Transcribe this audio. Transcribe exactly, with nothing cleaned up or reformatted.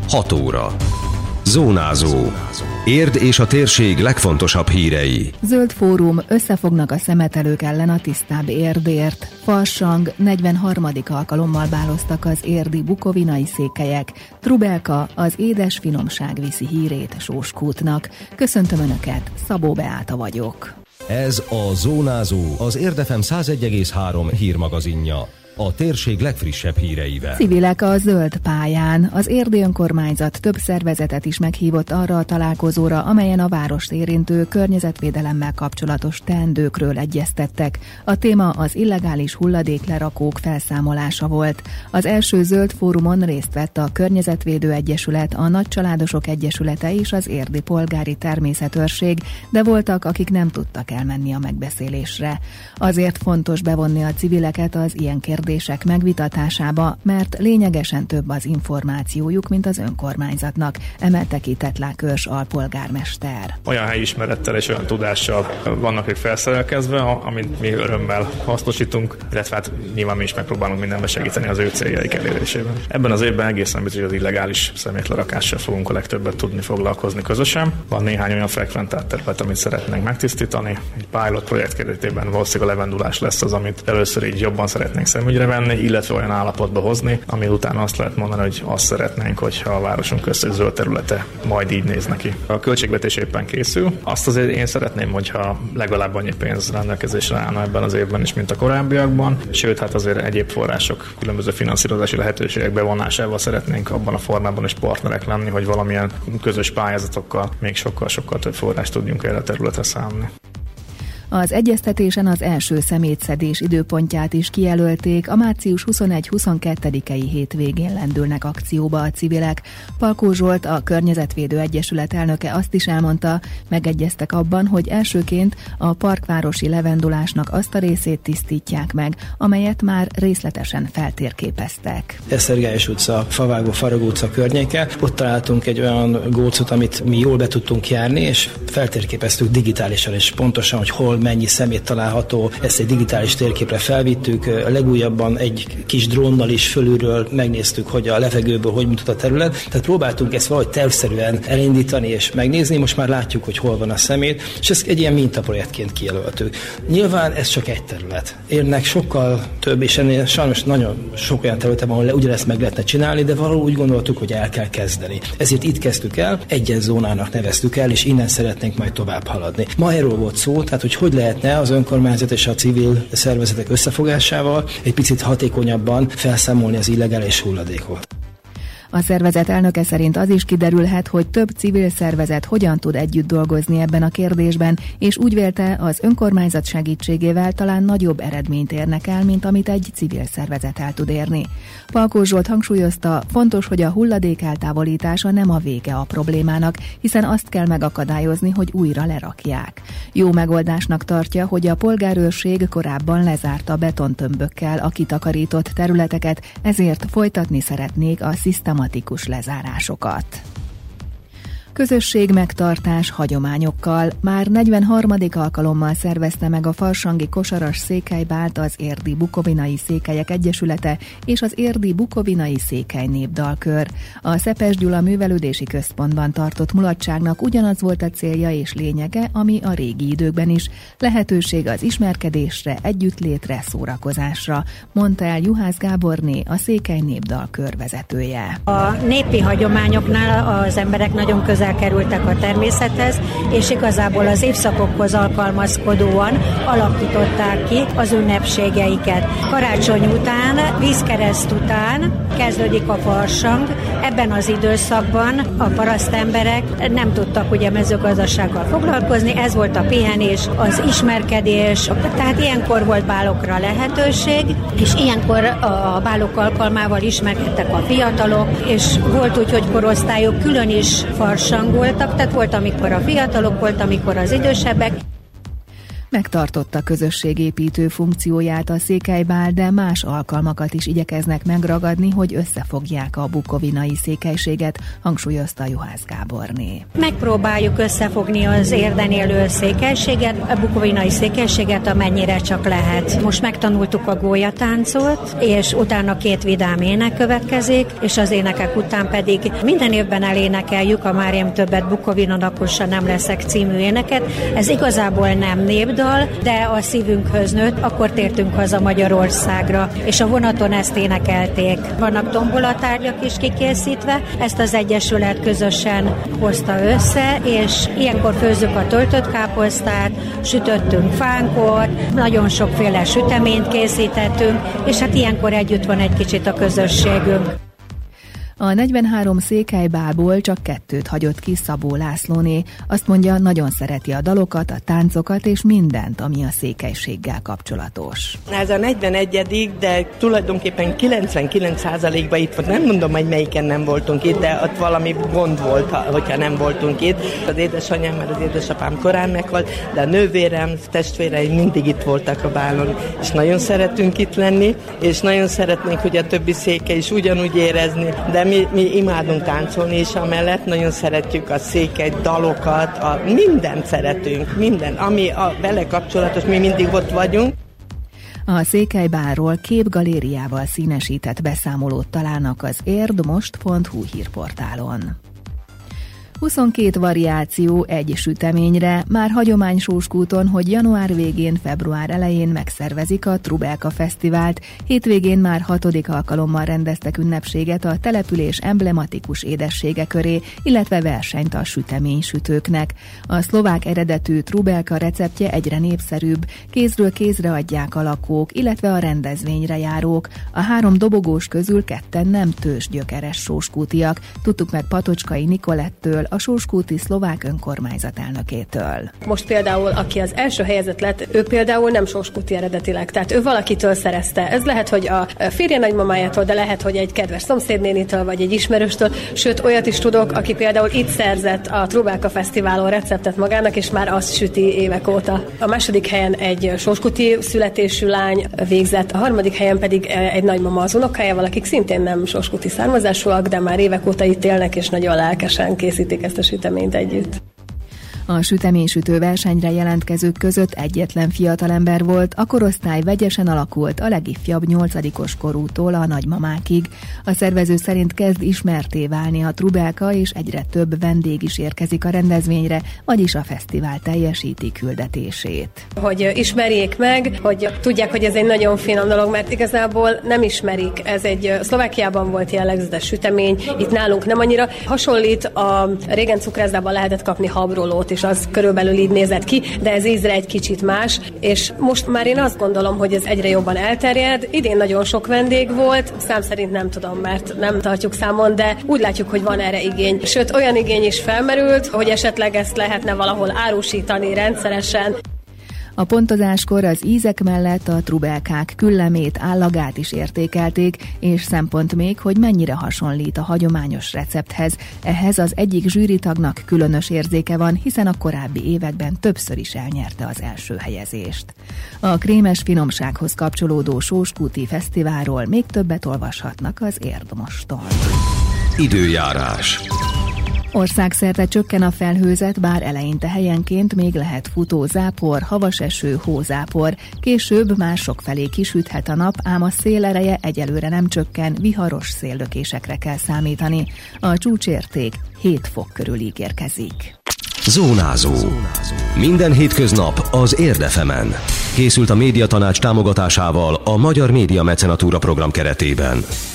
hat óra. Zónázó. Érd és a térség legfontosabb hírei. Zöld fórum, összefognak a szemetelők ellen a tisztább Érdért. Farsang, negyvenharmadik alkalommal báloztak az érdi bukovinai székelyek. Trubelka, az édes finomság viszi hírét Sóskútnak. Köszöntöm Önöket, Szabó Beáta vagyok. Ez a Zónázó, az Érd ef em száz egy egész három hírmagazinja. A térség legfrissebb híreivel. Civilek a zöld pályán. Az érdi önkormányzat több szervezetet is meghívott arra a találkozóra, amelyen a várost érintő környezetvédelemmel kapcsolatos teendőkről egyeztettek. A téma az illegális hulladéklerakók felszámolása volt. Az első zöld fórumon részt vett a Környezetvédő Egyesület, a Nagycsaládosok Egyesülete és az Érdi Polgári Természetőrség, de voltak, akik nem tudtak elmenni a megbeszélésre. Azért fontos bevonni a civileket az ilyen kérdések megvitatásába, mert lényegesen több az információjuk, mint az önkormányzatnak, emelte ki Tetlák Őrs alpolgármester. Olyan helyismerettel és olyan tudással vannak ők felszerelkezve, amit mi örömmel hasznosítunk, illetve hát nyilván mi is megpróbálunk mindenben segíteni az ő céljaik elérésében. Ebben az évben egészen biztos, hogy az illegális szemétlerakással fogunk a legtöbbet tudni foglalkozni közösen. Van néhány olyan frekventált terület, amit szeretnénk megtisztítani. Egy pilot projekt keretében valószínűleg a levendulás lesz az, amit először így jobban szeretnénk szemügyre venni, illetve olyan állapotba hozni, ami után azt lehet mondani, hogy azt szeretnénk, hogyha a városunk összes zöld területe majd így néz neki. A költségvetés éppen készül. Azt azért én szeretném, hogyha legalább annyi pénz rendelkezésre állna ebben az évben is, mint a korábbiakban. Sőt, hát azért egyéb források, különböző finanszírozási lehetőségek bevonásával szeretnénk abban a formában is partnerek lenni, hogy valamilyen közös pályázatokkal még sokkal-sokkal több forrást tudjunk erre a területre számolni. Az egyeztetésen az első szemétszedés időpontját is kijelölték, a március huszonegy-huszonkettedikei hétvégén lendülnek akcióba a civilek. Palkó Zsolt, a Környezetvédő Egyesület elnöke azt is elmondta, megegyeztek abban, hogy elsőként a parkvárosi levendulásnak azt a részét tisztítják meg, amelyet már részletesen feltérképeztek. Esztergályos utca, Favágó, Faragó utca környéke. Ott találtunk egy olyan gócot, amit mi jól be tudtunk járni, és feltérképeztük digitálisan, és pontosan, hogy hol mennyi szemét található, ezt egy digitális térképre felvittük, a legújabban egy kis drónnal is fölülről megnéztük, hogy a levegőből hogy mutat a terület, tehát próbáltunk ezt valahogy tervszerűen elindítani és megnézni, most már látjuk, hogy hol van a szemét, és ezt egy ilyen mintaprojektként kijelöltük. Nyilván ez csak egy terület. Érnek sokkal több, és ennél sajnos nagyon sok olyan terület van, ahol ugyanezt meg lehetne csinálni, de valahol úgy gondoltuk, hogy el kell kezdeni. Ezért itt kezdtük el, egyes zónának neveztük el, és innen szeretnénk majd tovább haladni. Ma erről volt szó, tehát hogy hogy lehetne az önkormányzat és a civil szervezetek összefogásával egy picit hatékonyabban felszámolni az illegális hulladékot. A szervezet elnöke szerint az is kiderülhet, hogy több civil szervezet hogyan tud együtt dolgozni ebben a kérdésben, és úgy vélte, az önkormányzat segítségével talán nagyobb eredményt érnek el, mint amit egy civil szervezet el tud érni. Palkó Zsolt hangsúlyozta, fontos, hogy a hulladék eltávolítása nem a vége a problémának, hiszen azt kell megakadályozni, hogy újra lerakják. Jó megoldásnak tartja, hogy a polgárőrség korábban lezárta betontömbökkel a kitakarított területeket, ezért folytatni szeretnék a szisztematikus lezárásokat. Közösségmegtartás hagyományokkal. Már negyvenharmadik alkalommal szervezte meg a farsangi kosaras székelybált az Érdi Bukovinai Székelyek Egyesülete és az Érdi Bukovinai Székely Népdalkör. A Szepes Gyula Művelődési Központban tartott mulatságnak ugyanaz volt a célja és lényege, ami a régi időkben is. Lehetőség az ismerkedésre, együttlétre, szórakozásra, mondta el Juhász Gáborné, a Székely Népdalkör vezetője. A népi hagyományoknál az emberek nagyon közel kerültek a természethez, és igazából az évszakokhoz alkalmazkodóan alakították ki az ünnepségeiket. Karácsony után, vízkereszt után kezdődik a farsang. Ebben az időszakban a parasztemberek nem tudtak ugye mezőgazdasággal foglalkozni, ez volt a pihenés, az ismerkedés, tehát ilyenkor volt bálokra lehetőség, és ilyenkor a bálok alkalmával ismerkedtek a fiatalok, és volt úgy, hogy korosztályok külön is farsang voltak, tehát volt, amikor a fiatalok, volt, amikor az idősebbek. Megtartotta közösségépítő funkcióját a székelybál, de más alkalmakat is igyekeznek megragadni, hogy összefogják a bukovinai székelységet, hangsúlyozta Juhász Gáborné. Megpróbáljuk összefogni az Érden élő székelységet, a bukovinai székelységet, amennyire csak lehet. Most megtanultuk a gólyatáncot, és utána két vidám ének következik, és az énekek után pedig minden évben elénekeljük a Már én többet Bukovina naposa nem leszek című éneket. Ez igazából nem népdal, de a szívünkhöz nőtt, akkor tértünk haza Magyarországra, és a vonaton ezt énekelték. Vannak tombolatárgyak is kikészítve, ezt az Egyesület közösen hozta össze, és ilyenkor főzzük a töltött káposztát, sütöttünk fánkot, nagyon sokféle süteményt készítettünk, és hát ilyenkor együtt van egy kicsit a közösségünk. A negyvenhárom székelybálból csak kettőt hagyott ki Szabó Lászlóné. Azt mondja, nagyon szereti a dalokat, a táncokat és mindent, ami a székelységgel kapcsolatos. Ez a negyvenegyedik, de tulajdonképpen kilencvenkilenc százalékban itt volt. Nem mondom, hogy melyiken nem voltunk itt, de ott valami gond volt, hogyha nem voltunk itt. Az édesanyám, mert az édesapám korán meghalt, de a nővérem, testvéreim mindig itt voltak a bálon, és nagyon szeretünk itt lenni, és nagyon szeretnénk, hogy a többi székely is ugyanúgy érezni, de Mi, mi imádunk táncolni, és amellett nagyon szeretjük a székely dalokat, a, mindent szeretünk, minden, ami a vele kapcsolatos, mi mindig ott vagyunk. A székelybálról képgalériával színesített beszámolót találnak az érdmost pont hu hírportálon. huszonkét variáció egy süteményre, már hagyomány Sóskúton, hogy január végén, február elején megszervezik a Trubelka Fesztivált. Hétvégén már hatodik alkalommal rendeztek ünnepséget a település emblematikus édessége köré, illetve versenyt a süteménysütőknek. A szlovák eredetű Trubelka receptje egyre népszerűbb, kézről kézre adják a lakók, illetve a rendezvényre járók. A három dobogós közül ketten nem tőzsgyökeres sóskútiak, tudtuk meg Patocskai Nikolettől, a sóskúti szlovák önkormányzat elnökétől. Most például, aki az első helyezett lett, ő például nem sóskúti eredetileg, tehát ő valakitől szerezte. Ez lehet, hogy a férje nagymamájától, de lehet, hogy egy kedves szomszédnénitől, vagy egy ismerőstől, sőt olyat is tudok, aki például itt szerzett a Trubelka Fesztiválon receptet magának, és már azt süti évek óta. A második helyen egy sóskúti születésű lány végzett, a harmadik helyen pedig egy nagymama az unokájával, akik szintén nem sóskúti származásúak, de már évek óta itt élnek, és nagyon lelkesen készítik ezt a süteményt együtt. A süteménysütő versenyre jelentkezők között egyetlen fiatalember volt, a korosztály vegyesen alakult a legifjabb nyolcadikos korútól a nagymamákig. A szervező szerint kezd ismertté válni a Trubelka, és egyre több vendég is érkezik a rendezvényre, vagyis a fesztivál teljesíti küldetését. Hogy ismerjék meg, hogy tudják, hogy ez egy nagyon finom dolog, mert igazából nem ismerik. Ez egy Szlovákiában volt jellegzetes sütemény, itt nálunk nem annyira. Hasonlít, a régen cukrászdában lehetett kapni habrolót, és az körülbelül így nézett ki, de ez ízre egy kicsit más, és most már én azt gondolom, hogy ez egyre jobban elterjed. Idén nagyon sok vendég volt, szám szerint nem tudom, mert nem tartjuk számon, de úgy látjuk, hogy van erre igény. Sőt, olyan igény is felmerült, hogy esetleg ezt lehetne valahol árusítani rendszeresen. A pontozáskor az ízek mellett a trubelkák küllemét, állagát is értékelték, és szempont még, hogy mennyire hasonlít a hagyományos recepthez. Ehhez az egyik zsűritagnak különös érzéke van, hiszen a korábbi években többször is elnyerte az első helyezést. A krémes finomsághoz kapcsolódó Sóskúti Fesztiválról még többet olvashatnak az Érdmoston. Időjárás. Országszerte csökken a felhőzet, bár eleinte helyenként még lehet futó zápor, havas eső, hózápor. Később már sokfelé kisüthet a nap, ám a szél ereje egyelőre nem csökken, viharos széllökésekre kell számítani. A csúcsérték hét fok körül ígérkezik. Zónázó. Minden hétköznap az Érd ef emen. Készült a Médiatanács támogatásával a Magyar Média Mecenatúra program keretében.